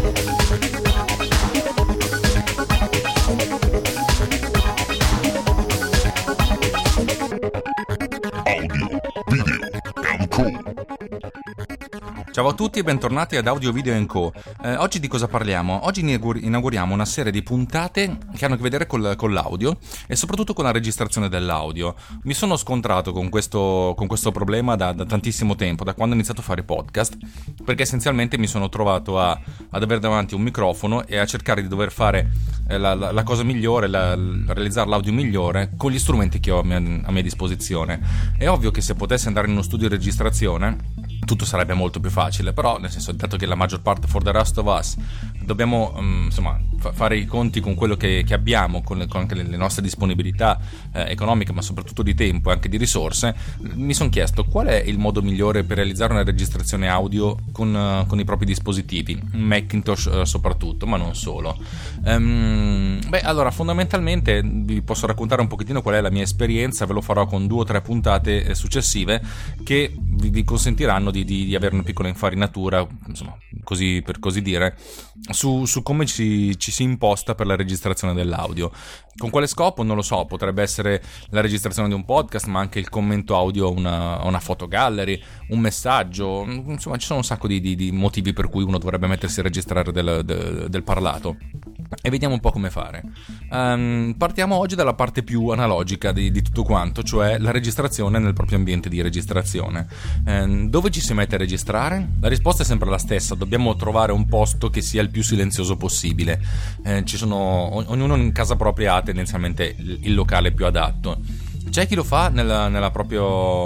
Ciao a tutti e bentornati ad Audio Video Co. Oggi di cosa parliamo? Oggi inauguriamo una serie di puntate che hanno a che vedere con l'audio e soprattutto con la registrazione dell'audio. Mi sono scontrato con questo problema da tantissimo tempo, da quando ho iniziato a fare podcast, perché essenzialmente mi sono trovato ad avere davanti un microfono e a cercare di dover fare la cosa migliore, realizzare l'audio migliore con gli strumenti che ho a mia disposizione. È ovvio che se potessi andare in uno studio di registrazione tutto sarebbe molto più facile, però nel senso, dato che la maggior parte for the rest of us dobbiamo fare i conti con quello che abbiamo, con anche le nostre disponibilità economiche, ma soprattutto di tempo e anche di risorse, mi sono chiesto qual è il modo migliore per realizzare una registrazione audio con i propri dispositivi, Macintosh soprattutto, ma non solo. Allora fondamentalmente vi posso raccontare un pochettino qual è la mia esperienza, ve lo farò con 2 o 3 puntate successive che vi consentiranno di avere una piccola infarinatura, insomma, così per così dire, su come ci si imposta per la registrazione dell'audio. Con quale scopo? Non lo so, potrebbe essere la registrazione di un podcast, ma anche il commento audio a una fotogallery, un messaggio, insomma ci sono un sacco di motivi per cui uno dovrebbe mettersi a registrare del parlato. E vediamo un po' come fare. Partiamo oggi dalla parte più analogica di tutto quanto, cioè la registrazione nel proprio ambiente di registrazione. Dove ci si mette a registrare? La risposta è sempre la stessa: dobbiamo trovare un posto che sia il più silenzioso possibile. Ognuno in casa propria ha tendenzialmente il locale più adatto. C'è chi lo fa nella propria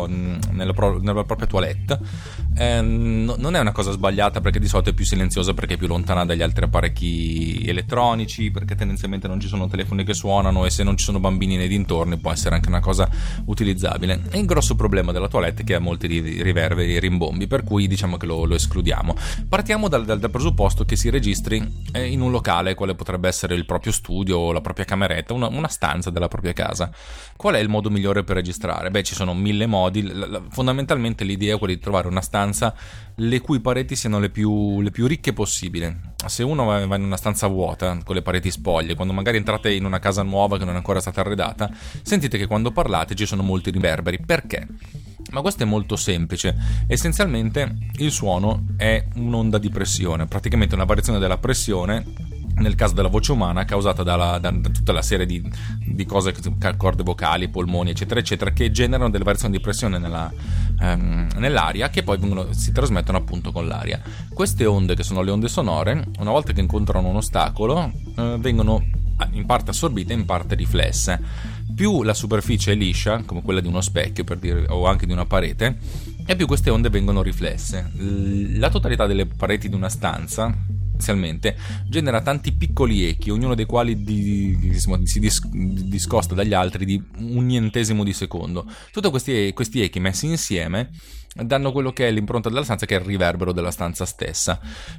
toilette. Non è una cosa sbagliata, perché di solito è più silenziosa, perché è più lontana dagli altri apparecchi elettronici, perché tendenzialmente non ci sono telefoni che suonano e se non ci sono bambini nei dintorni può essere anche una cosa utilizzabile. E il grosso problema della toilette è che ha molti riverberi e rimbombi, per cui diciamo che lo escludiamo. Partiamo dal presupposto che si registri in un locale, quale potrebbe essere il proprio studio o la propria cameretta, una stanza della propria casa. Qual è il modo migliore per registrare? Ci sono 1000 modi. Fondamentalmente l'idea è quella di trovare una stanza le cui pareti siano le più ricche possibile. Se uno va in una stanza vuota con le pareti spoglie, quando magari entrate in una casa nuova che non è ancora stata arredata, sentite che quando parlate ci sono molti riverberi. Perché? Ma questo è molto semplice. Essenzialmente il suono è un'onda di pressione, praticamente una variazione della pressione nel caso della voce umana, causata da tutta la serie di cose, corde vocali, polmoni eccetera eccetera, che generano delle variazioni di pressione nell'aria, che poi si trasmettono appunto con l'aria. Queste onde, che sono le onde sonore, una volta che incontrano un ostacolo, vengono in parte assorbite e in parte riflesse. Più la superficie è liscia, come quella di uno specchio per dire, o anche di una parete, e più queste onde vengono riflesse. La totalità delle pareti di una stanza inizialmente genera tanti piccoli echi, ognuno dei quali si discosta dagli altri di un nientesimo di secondo. Tutti questi echi messi insieme danno quello che è l'impronta della stanza, che è il riverbero della stanza stessa.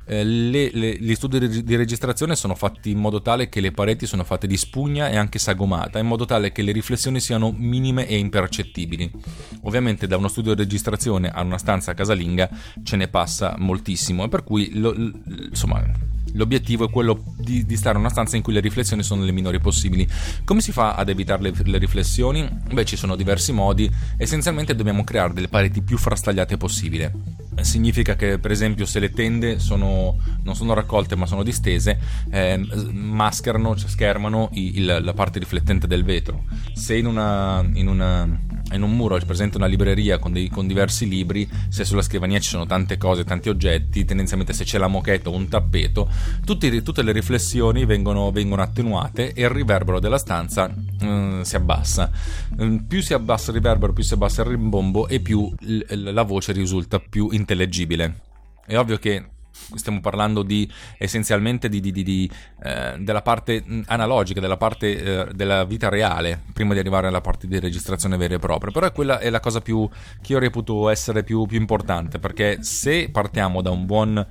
Gli studi di registrazione sono fatti in modo tale che le pareti sono fatte di spugna e anche sagomata, in modo tale che le riflessioni siano minime e impercettibili. Ovviamente da uno studio di registrazione a una stanza casalinga ce ne passa moltissimo, e per cui l'obiettivo è quello di stare in una stanza in cui le riflessioni sono le minori possibili. Come si fa ad evitare le riflessioni? Ci sono diversi modi. Essenzialmente dobbiamo creare delle pareti più frastagliate possibile. Significa che, per esempio, se le tende non sono raccolte ma sono distese, mascherano, cioè schermano la parte riflettente del vetro. Se in un muro è presente una libreria con diversi libri, se sulla scrivania ci sono tante cose, tanti oggetti, tendenzialmente se c'è la moquette o un tappeto, tutte le riflessioni vengono attenuate e il riverbero della stanza si abbassa. Più si abbassa il riverbero, più si abbassa il rimbombo e più la voce risulta più intellegibile. È ovvio che stiamo parlando essenzialmente della parte analogica, della parte della vita reale, prima di arrivare alla parte di registrazione vera e propria. Però quella è la cosa che io reputo essere più importante, perché se partiamo da un buon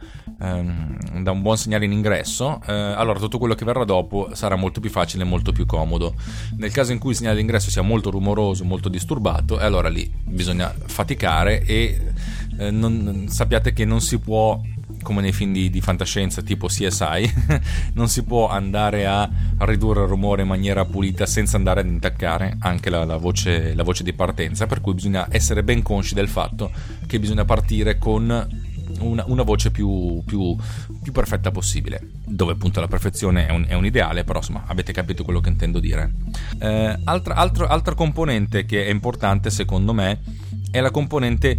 segnale in ingresso, allora tutto quello che verrà dopo sarà molto più facile e molto più comodo. Nel caso in cui il segnale di ingresso sia molto rumoroso, molto disturbato, allora lì bisogna faticare e sappiate che non si può come nei film di fantascienza tipo CSI, non si può andare a ridurre il rumore in maniera pulita senza andare ad intaccare anche la voce di partenza, per cui bisogna essere ben consci del fatto che bisogna partire con una voce più perfetta possibile, dove appunto la perfezione è un ideale, però insomma avete capito quello che intendo dire. Altra componente che è importante secondo me è la componente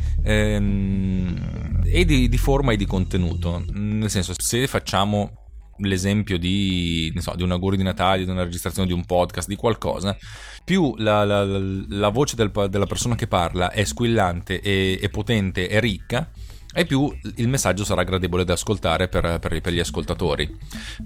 e di forma e di contenuto, nel senso, se facciamo l'esempio di un augurio di Natale, di una registrazione di un podcast, di qualcosa, più la voce della persona che parla è squillante e potente e ricca, e più il messaggio sarà gradevole da ascoltare per gli ascoltatori.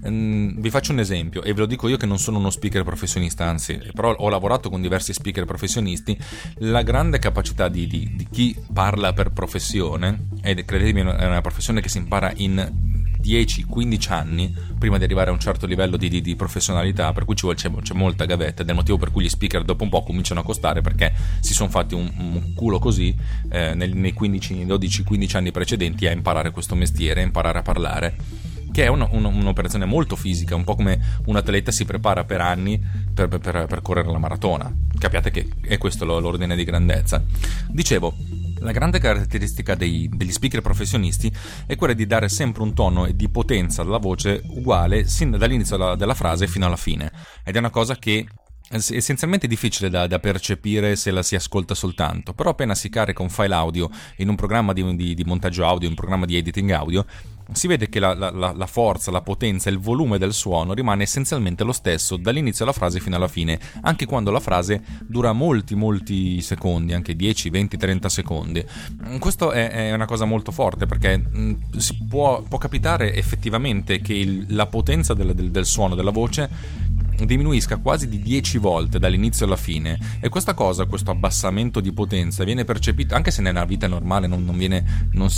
Vi faccio un esempio, e ve lo dico io che non sono uno speaker professionista, anzi, però ho lavorato con diversi speaker professionisti. La grande capacità di chi parla per professione, ed credetemi è una professione che si impara in 10-15 anni prima di arrivare a un certo livello di professionalità, per cui c'è molta gavetta, ed è il motivo per cui gli speaker dopo un po' cominciano a costare, perché si sono fatti un culo così nei 12-15 anni precedenti a imparare questo mestiere, a imparare a parlare, che è un'operazione molto fisica, un po' come un atleta si prepara per anni per correre la maratona. Capiate che è questo l'ordine di grandezza. Dicevo, la grande caratteristica degli speaker professionisti è quella di dare sempre un tono di potenza alla voce uguale sin dall'inizio della frase fino alla fine, ed è una cosa che è essenzialmente difficile da percepire se la si ascolta soltanto, però appena si carica un file audio in un programma di montaggio audio, un programma di editing audio, si vede che la forza, la potenza, il volume del suono rimane essenzialmente lo stesso dall'inizio della frase fino alla fine, anche quando la frase dura molti secondi, anche 10, 20, 30 secondi. Questo è una cosa molto forte, perché può capitare effettivamente che la potenza del suono, della voce, diminuisca quasi di 10 volte dall'inizio alla fine, e questa cosa, questo abbassamento di potenza, viene percepito anche se nella vita normale non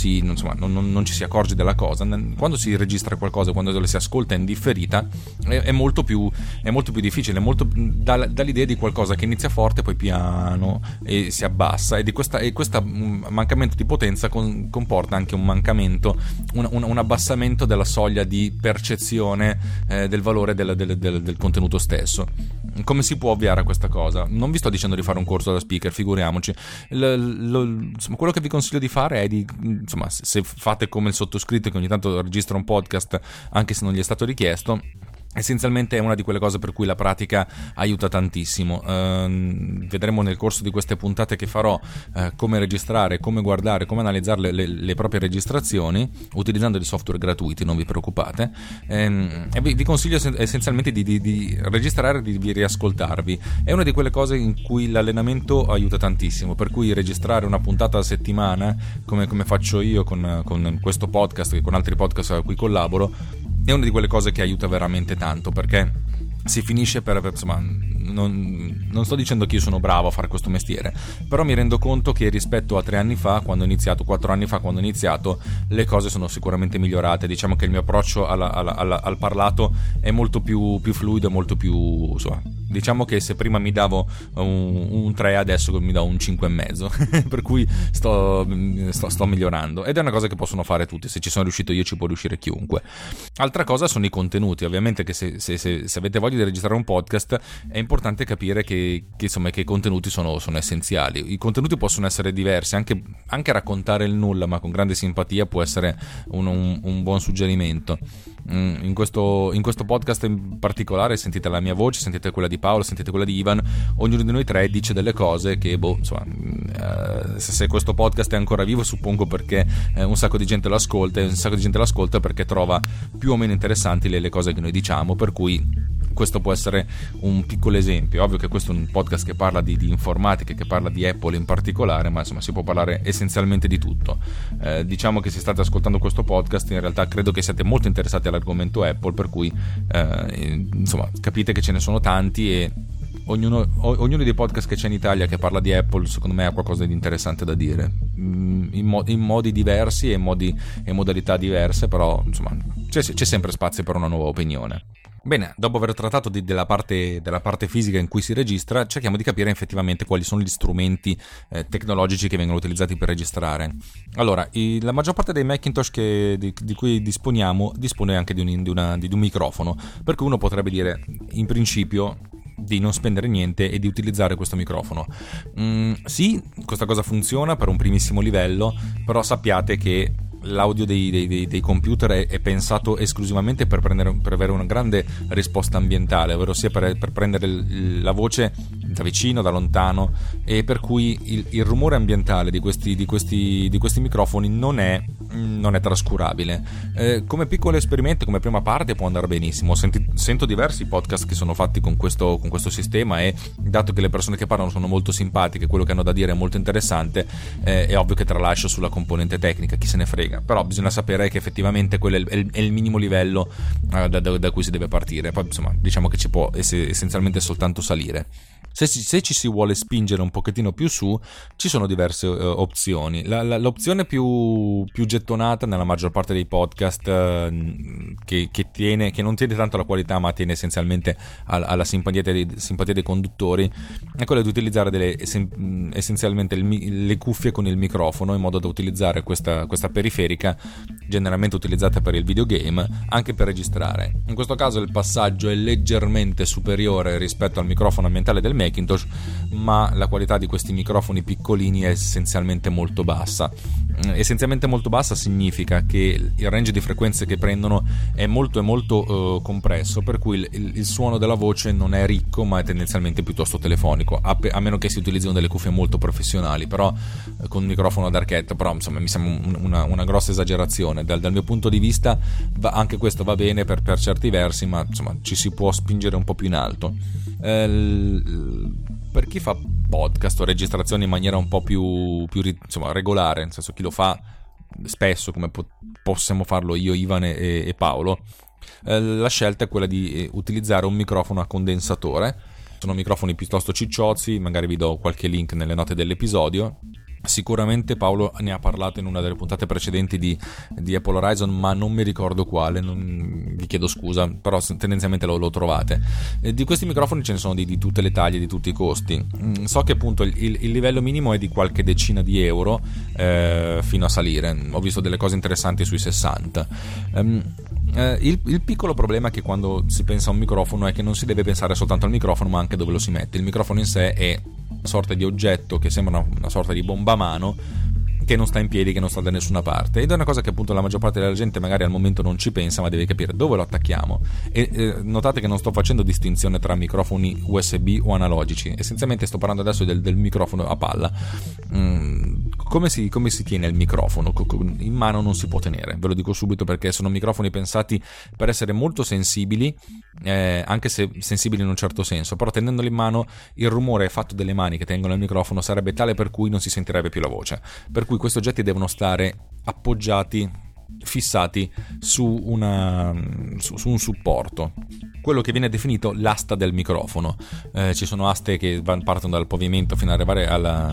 ci si accorge della cosa. Quando si registra qualcosa, quando lo si ascolta in differita, è molto più difficile, dà l'idea di qualcosa che inizia forte, poi piano e si abbassa, e questo mancamento di potenza comporta anche un mancamento, un abbassamento della soglia di percezione del valore del contenuto stesso. Come si può ovviare a questa cosa? Non vi sto dicendo di fare un corso da speaker, figuriamoci. Quello che vi consiglio di fare è se fate come il sottoscritto, che ogni tanto registra un podcast anche se non gli è stato richiesto, essenzialmente è una di quelle cose per cui la pratica aiuta tantissimo. Vedremo nel corso di queste puntate che farò come registrare, come guardare, come analizzare le proprie registrazioni utilizzando dei software gratuiti, non vi preoccupate, e vi consiglio essenzialmente di registrare e di riascoltarvi. È una di quelle cose in cui l'allenamento aiuta tantissimo, per cui registrare una puntata a settimana, come faccio io con questo podcast e con altri podcast a cui collaboro, è una di quelle cose che aiuta veramente tanto, perché si finisce non sto dicendo che io sono bravo a fare questo mestiere, però mi rendo conto che rispetto a 3 anni fa, quando ho iniziato, 4 anni fa quando ho iniziato, le cose sono sicuramente migliorate. Diciamo che il mio approccio al parlato è molto più fluido, molto più, diciamo che se prima mi davo un 3, adesso mi do un 5,5 per cui sto migliorando, ed è una cosa che possono fare tutti. Se ci sono riuscito io, ci può riuscire chiunque. Altra cosa sono i contenuti, ovviamente, che se avete voglia di registrare un podcast è importante capire che i contenuti sono essenziali. I contenuti possono essere diversi, anche raccontare il nulla ma con grande simpatia può essere un buon suggerimento. In questo podcast in particolare sentite la mia voce, sentite quella di Paolo, sentite quella di Ivan. Ognuno di noi tre dice delle cose che se questo podcast è ancora vivo, suppongo perché un sacco di gente lo ascolta, e un sacco di gente lo ascolta perché trova più o meno interessanti le cose che noi diciamo, per cui questo può essere un piccolo esempio. Ovvio che questo è un podcast che parla di informatica, che parla di Apple in particolare, ma insomma si può parlare essenzialmente di tutto. Diciamo che se state ascoltando questo podcast, in realtà credo che siate molto interessati all'argomento Apple, per cui capite che ce ne sono tanti, e ognuno dei podcast che c'è in Italia che parla di Apple, secondo me, ha qualcosa di interessante da dire, in modi diversi e modalità diverse, però insomma c'è sempre spazio per una nuova opinione. Bene, dopo aver trattato della parte fisica in cui si registra, cerchiamo di capire effettivamente quali sono gli strumenti tecnologici che vengono utilizzati per registrare. Allora, la maggior parte dei Macintosh di cui dispone anche di un microfono, per cui uno potrebbe dire, in principio, di non spendere niente e di utilizzare questo microfono. Sì, questa cosa funziona per un primissimo livello, però sappiate che l'audio dei computer è pensato esclusivamente per avere una grande risposta ambientale, ovvero sia per prendere la voce da vicino, da lontano, e per cui il rumore ambientale di questi microfoni non è trascurabile. Come piccolo esperimento, come prima parte, può andare benissimo. Sento diversi podcast che sono fatti con questo sistema, e dato che le persone che parlano sono molto simpatiche, quello che hanno da dire è molto interessante, è ovvio che tralascio sulla componente tecnica, chi se ne frega. Però bisogna sapere che effettivamente quello è il minimo livello da cui si deve partire. Poi insomma, diciamo che ci può essenzialmente soltanto salire. Se ci si vuole spingere un pochettino più su, ci sono diverse opzioni. L'opzione più gettonata nella maggior parte dei podcast, che non tiene tanto alla qualità, ma tiene essenzialmente alla simpatia dei conduttori, è quella di utilizzare essenzialmente le cuffie con il microfono, in modo da utilizzare questa periferica, generalmente utilizzata per il videogame, anche per registrare. In questo caso il passaggio è leggermente superiore rispetto al microfono ambientale del Macintosh, ma la qualità di questi microfoni piccolini è essenzialmente molto bassa. Essenzialmente molto bassa significa che il range di frequenze che prendono è molto compresso, per cui il suono della voce non è ricco, ma è tendenzialmente piuttosto telefonico, a meno che si utilizzino delle cuffie molto professionali, però con un microfono ad archetto. Però insomma mi sembra una grossa esagerazione. Dal mio punto di vista anche questo va bene per certi versi, ma insomma ci si può spingere un po' più in alto. Per chi fa podcast o registrazioni in maniera un po' più regolare, nel senso chi lo fa spesso, come possiamo farlo io, Ivan e Paolo, la scelta è quella di utilizzare un microfono a condensatore. Sono microfoni piuttosto cicciozzi, magari vi do qualche link nelle note dell'episodio. Sicuramente Paolo ne ha parlato in una delle puntate precedenti di Apple Horizon, ma non mi ricordo quale, vi chiedo scusa, però tendenzialmente lo trovate. Di questi microfoni ce ne sono di tutte le taglie, di tutti i costi. So che appunto il livello minimo è di qualche decina di euro, fino a salire. Ho visto delle cose interessanti sui 60. Il piccolo problema è che quando si pensa a un microfono è che non si deve pensare soltanto al microfono, ma anche dove lo si mette. Il microfono in sé è una sorta di oggetto che sembra una sorta di bomba a mano, che non sta in piedi, che non sta da nessuna parte, ed è una cosa che appunto la maggior parte della gente magari al momento non ci pensa, ma deve capire dove lo attacchiamo. E notate che non sto facendo distinzione tra microfoni USB o analogici, essenzialmente sto parlando adesso del microfono a palla. Come si tiene il microfono? In mano non si può tenere, ve lo dico subito, perché sono microfoni pensati per essere molto sensibili, anche se sensibili in un certo senso, però tenendoli in mano il rumore fatto delle mani che tengono il microfono sarebbe tale per cui non si sentirebbe più la voce, per cui questi oggetti devono stare appoggiati, fissati su un supporto, quello che viene definito l'asta del microfono. Ci sono aste che partono dal pavimento fino ad arrivare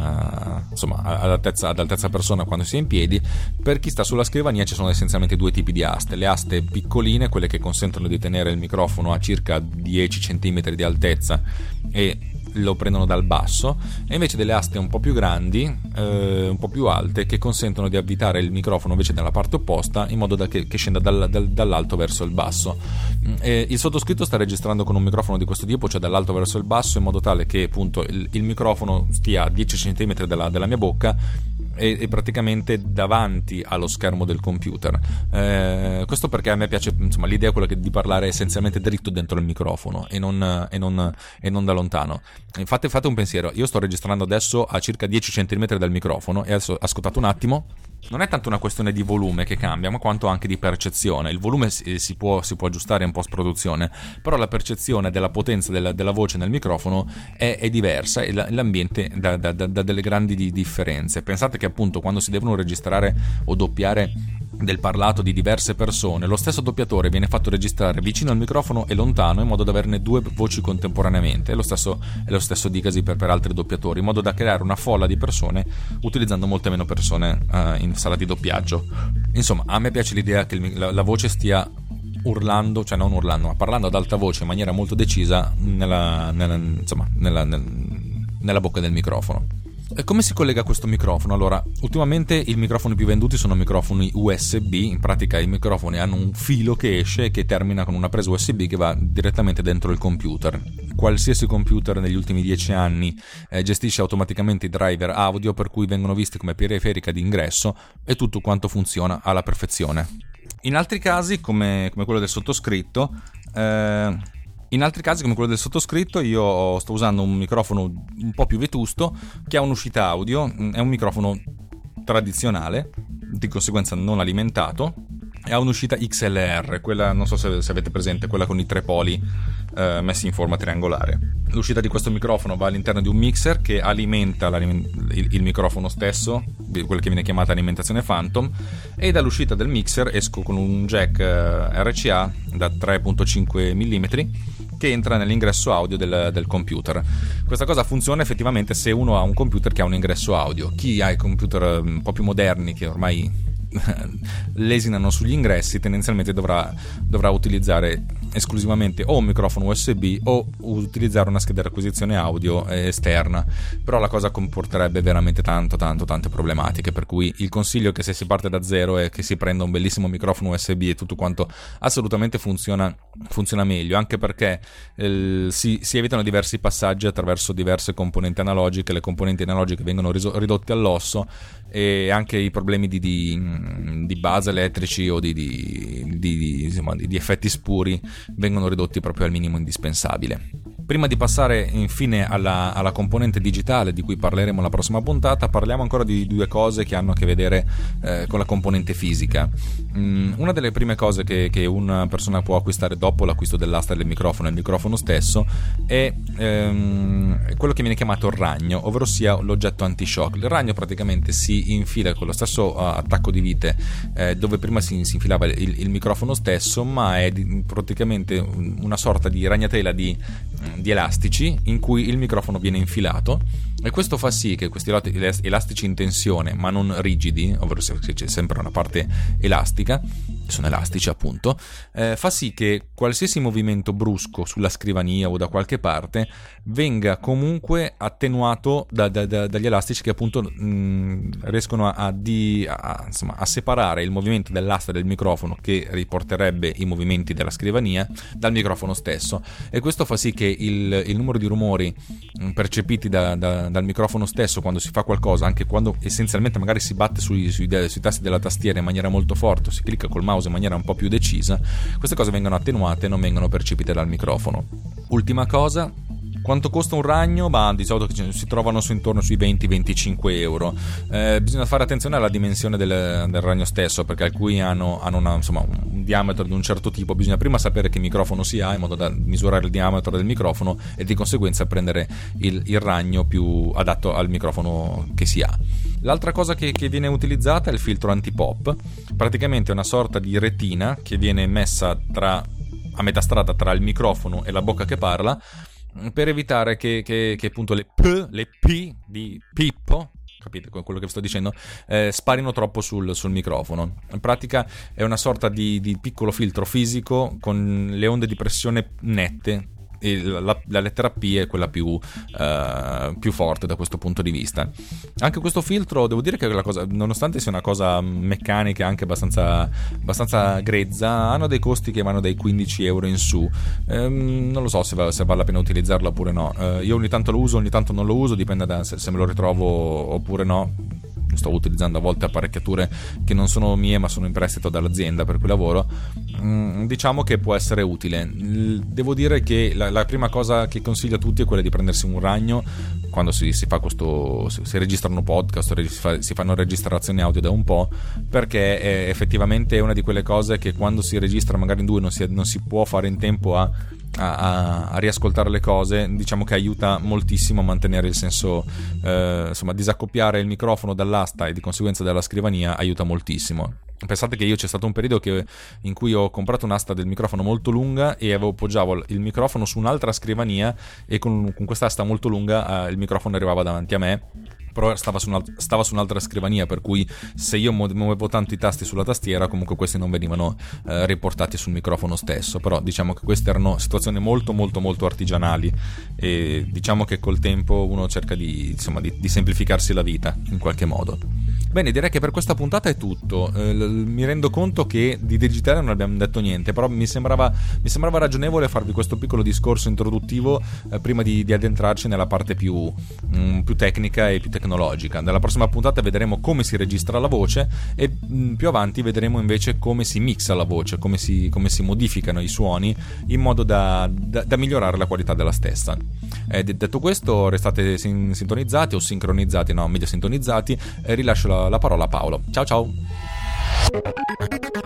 ad altezza persona quando si è in piedi. Per chi sta sulla scrivania ci sono essenzialmente due tipi di aste: le aste piccoline, quelle che consentono di tenere il microfono a circa 10 cm di altezza e lo prendono dal basso, e invece delle aste un po' più grandi, un po' più alte, che consentono di avvitare il microfono invece nella parte opposta, in modo che scenda dall'alto verso il basso. Il sottoscritto sta registrando con un microfono di questo tipo, cioè dall'alto verso il basso, in modo tale che appunto il microfono stia a 10 cm della mia bocca e praticamente davanti allo schermo del computer. Questo perché a me piace, insomma, l'idea è quella di parlare essenzialmente dritto dentro il microfono e non da lontano. Fate un pensiero: io sto registrando adesso a circa 10 cm dal microfono, e adesso ascoltate un attimo. Non è tanto una questione di volume che cambia, ma quanto anche di percezione. Il volume si può aggiustare in post-produzione, però la percezione della potenza della voce nel microfono è diversa, e l'ambiente dà delle grandi differenze. Pensate che appunto quando si devono registrare o doppiare del parlato di diverse persone, lo stesso doppiatore viene fatto registrare vicino al microfono e lontano, in modo da averne due voci contemporaneamente, e lo stesso dicasi per altri doppiatori, in modo da creare una folla di persone utilizzando molte meno persone in sala di doppiaggio. Insomma, a me piace l'idea che la voce stia urlando, cioè non urlando, ma parlando ad alta voce in maniera molto decisa nella bocca del microfono. E come si collega questo microfono? Allora, ultimamente i microfoni più venduti sono microfoni USB. In pratica i microfoni hanno un filo che esce e che termina con una presa USB che va direttamente dentro il computer. Qualsiasi computer negli ultimi 10 anni gestisce automaticamente i driver audio, per cui vengono visti come periferica di ingresso e tutto quanto funziona alla perfezione. In altri casi, come quello del sottoscritto, io sto usando un microfono un po' più vetusto che ha un'uscita audio, è un microfono tradizionale, di conseguenza non alimentato, e ha un'uscita XLR, quella, non so se avete presente, quella con i 3 poli messi in forma triangolare. L'uscita di questo microfono va all'interno di un mixer che alimenta il microfono stesso, quella che viene chiamata alimentazione phantom, e dall'uscita del mixer esco con un jack RCA da 3.5 mm che entra nell'ingresso audio del computer. Questa cosa funziona effettivamente se uno ha un computer che ha un ingresso audio. Chi ha i computer un po' più moderni, che ormai lesinano sugli ingressi, tendenzialmente dovrà utilizzare esclusivamente o un microfono USB o utilizzare una scheda di acquisizione audio esterna, però la cosa comporterebbe veramente tante problematiche, per cui il consiglio è che se si parte da zero è che si prenda un bellissimo microfono USB e tutto quanto assolutamente funziona meglio, anche perché si evitano diversi passaggi attraverso diverse componenti analogiche. Le componenti analogiche vengono ridotte all'osso e anche i problemi di base elettrici o di effetti spuri vengono ridotti proprio al minimo indispensabile. Prima di passare infine alla componente digitale di cui parleremo la prossima puntata, parliamo ancora di 2 cose che hanno a che vedere con la componente fisica. Una delle prime cose che una persona può acquistare dopo l'acquisto dell'asta del microfono e il microfono stesso è quello che viene chiamato il ragno, ovvero sia l'oggetto anti-shock. Il ragno praticamente si infila con lo stesso attacco di vite dove prima si infilava il microfono stesso, ma è praticamente una sorta di ragnatela di elastici in cui il microfono viene infilato, e questo fa sì che questi elastici in tensione ma non rigidi, ovvero se c'è sempre una parte elastica, sono elastici appunto, fa sì che qualsiasi movimento brusco sulla scrivania o da qualche parte venga comunque attenuato dagli elastici che appunto riescono a separare il movimento dell'asta del microfono, che riporterebbe i movimenti della scrivania, dal microfono stesso, e questo fa sì che il numero di rumori percepiti dal microfono stesso quando si fa qualcosa, anche quando essenzialmente magari si batte sui tasti della tastiera in maniera molto forte o si clicca col mouse in maniera un po' più decisa, queste cose vengono attenuate e non vengono percepite dal microfono. Ultima cosa, quanto costa un ragno? Di solito si trovano intorno sui 20-25 euro. Bisogna fare attenzione alla dimensione del ragno stesso, perché alcuni hanno un diametro di un certo tipo. Bisogna prima sapere che microfono si ha in modo da misurare il diametro del microfono e di conseguenza prendere il ragno più adatto al microfono che si ha. L'altra cosa che viene utilizzata è il filtro anti-pop. Praticamente è una sorta di retina che viene messa a metà strada tra il microfono e la bocca che parla, per evitare che appunto le P di Pippo, capite quello che vi sto dicendo, sparino troppo sul microfono. In pratica è una sorta di piccolo filtro fisico con le onde di pressione nette, e la lettera P è quella più forte da questo punto di vista. Anche questo filtro, devo dire che la cosa, nonostante sia una cosa meccanica anche abbastanza grezza, hanno dei costi che vanno dai 15 euro in su. Non lo so se vale la pena utilizzarlo oppure no. Io ogni tanto lo uso, ogni tanto non lo uso, dipende da se me lo ritrovo oppure no. Sto utilizzando a volte apparecchiature che non sono mie ma sono in prestito dall'azienda per cui lavoro. Diciamo che può essere utile. Devo dire che la prima cosa che consiglio a tutti è quella di prendersi un ragno quando si fa si registrano podcast o si fanno registrazioni audio da un po', perché effettivamente è una di quelle cose che quando si registra magari in due non si può fare in tempo a riascoltare le cose. Diciamo che aiuta moltissimo a mantenere il senso, disaccoppiare il microfono dall'asta e di conseguenza dalla scrivania aiuta moltissimo. Pensate che c'è stato un periodo in cui ho comprato un'asta del microfono molto lunga e appoggiavo il microfono su un'altra scrivania e con quest'asta molto lunga il microfono arrivava davanti a me però stava su un'altra scrivania, per cui se io muovevo tanto i tasti sulla tastiera, comunque questi non venivano riportati sul microfono stesso. Però diciamo che queste erano situazioni molto molto molto artigianali, e diciamo che col tempo uno cerca di semplificarsi la vita in qualche modo. Bene, direi che per questa puntata è tutto. Mi rendo conto che di digitale non abbiamo detto niente, però mi sembrava ragionevole farvi questo piccolo discorso introduttivo prima di addentrarci nella parte più tecnica e più tecnologica. Nella prossima puntata vedremo come si registra la voce, e più avanti vedremo invece come si mixa la voce, come si modificano i suoni in modo da migliorare la qualità della stessa. Detto questo, restate sintonizzati o sincronizzati, no, meglio sintonizzati, e rilascio la parola a Paolo. Ciao ciao!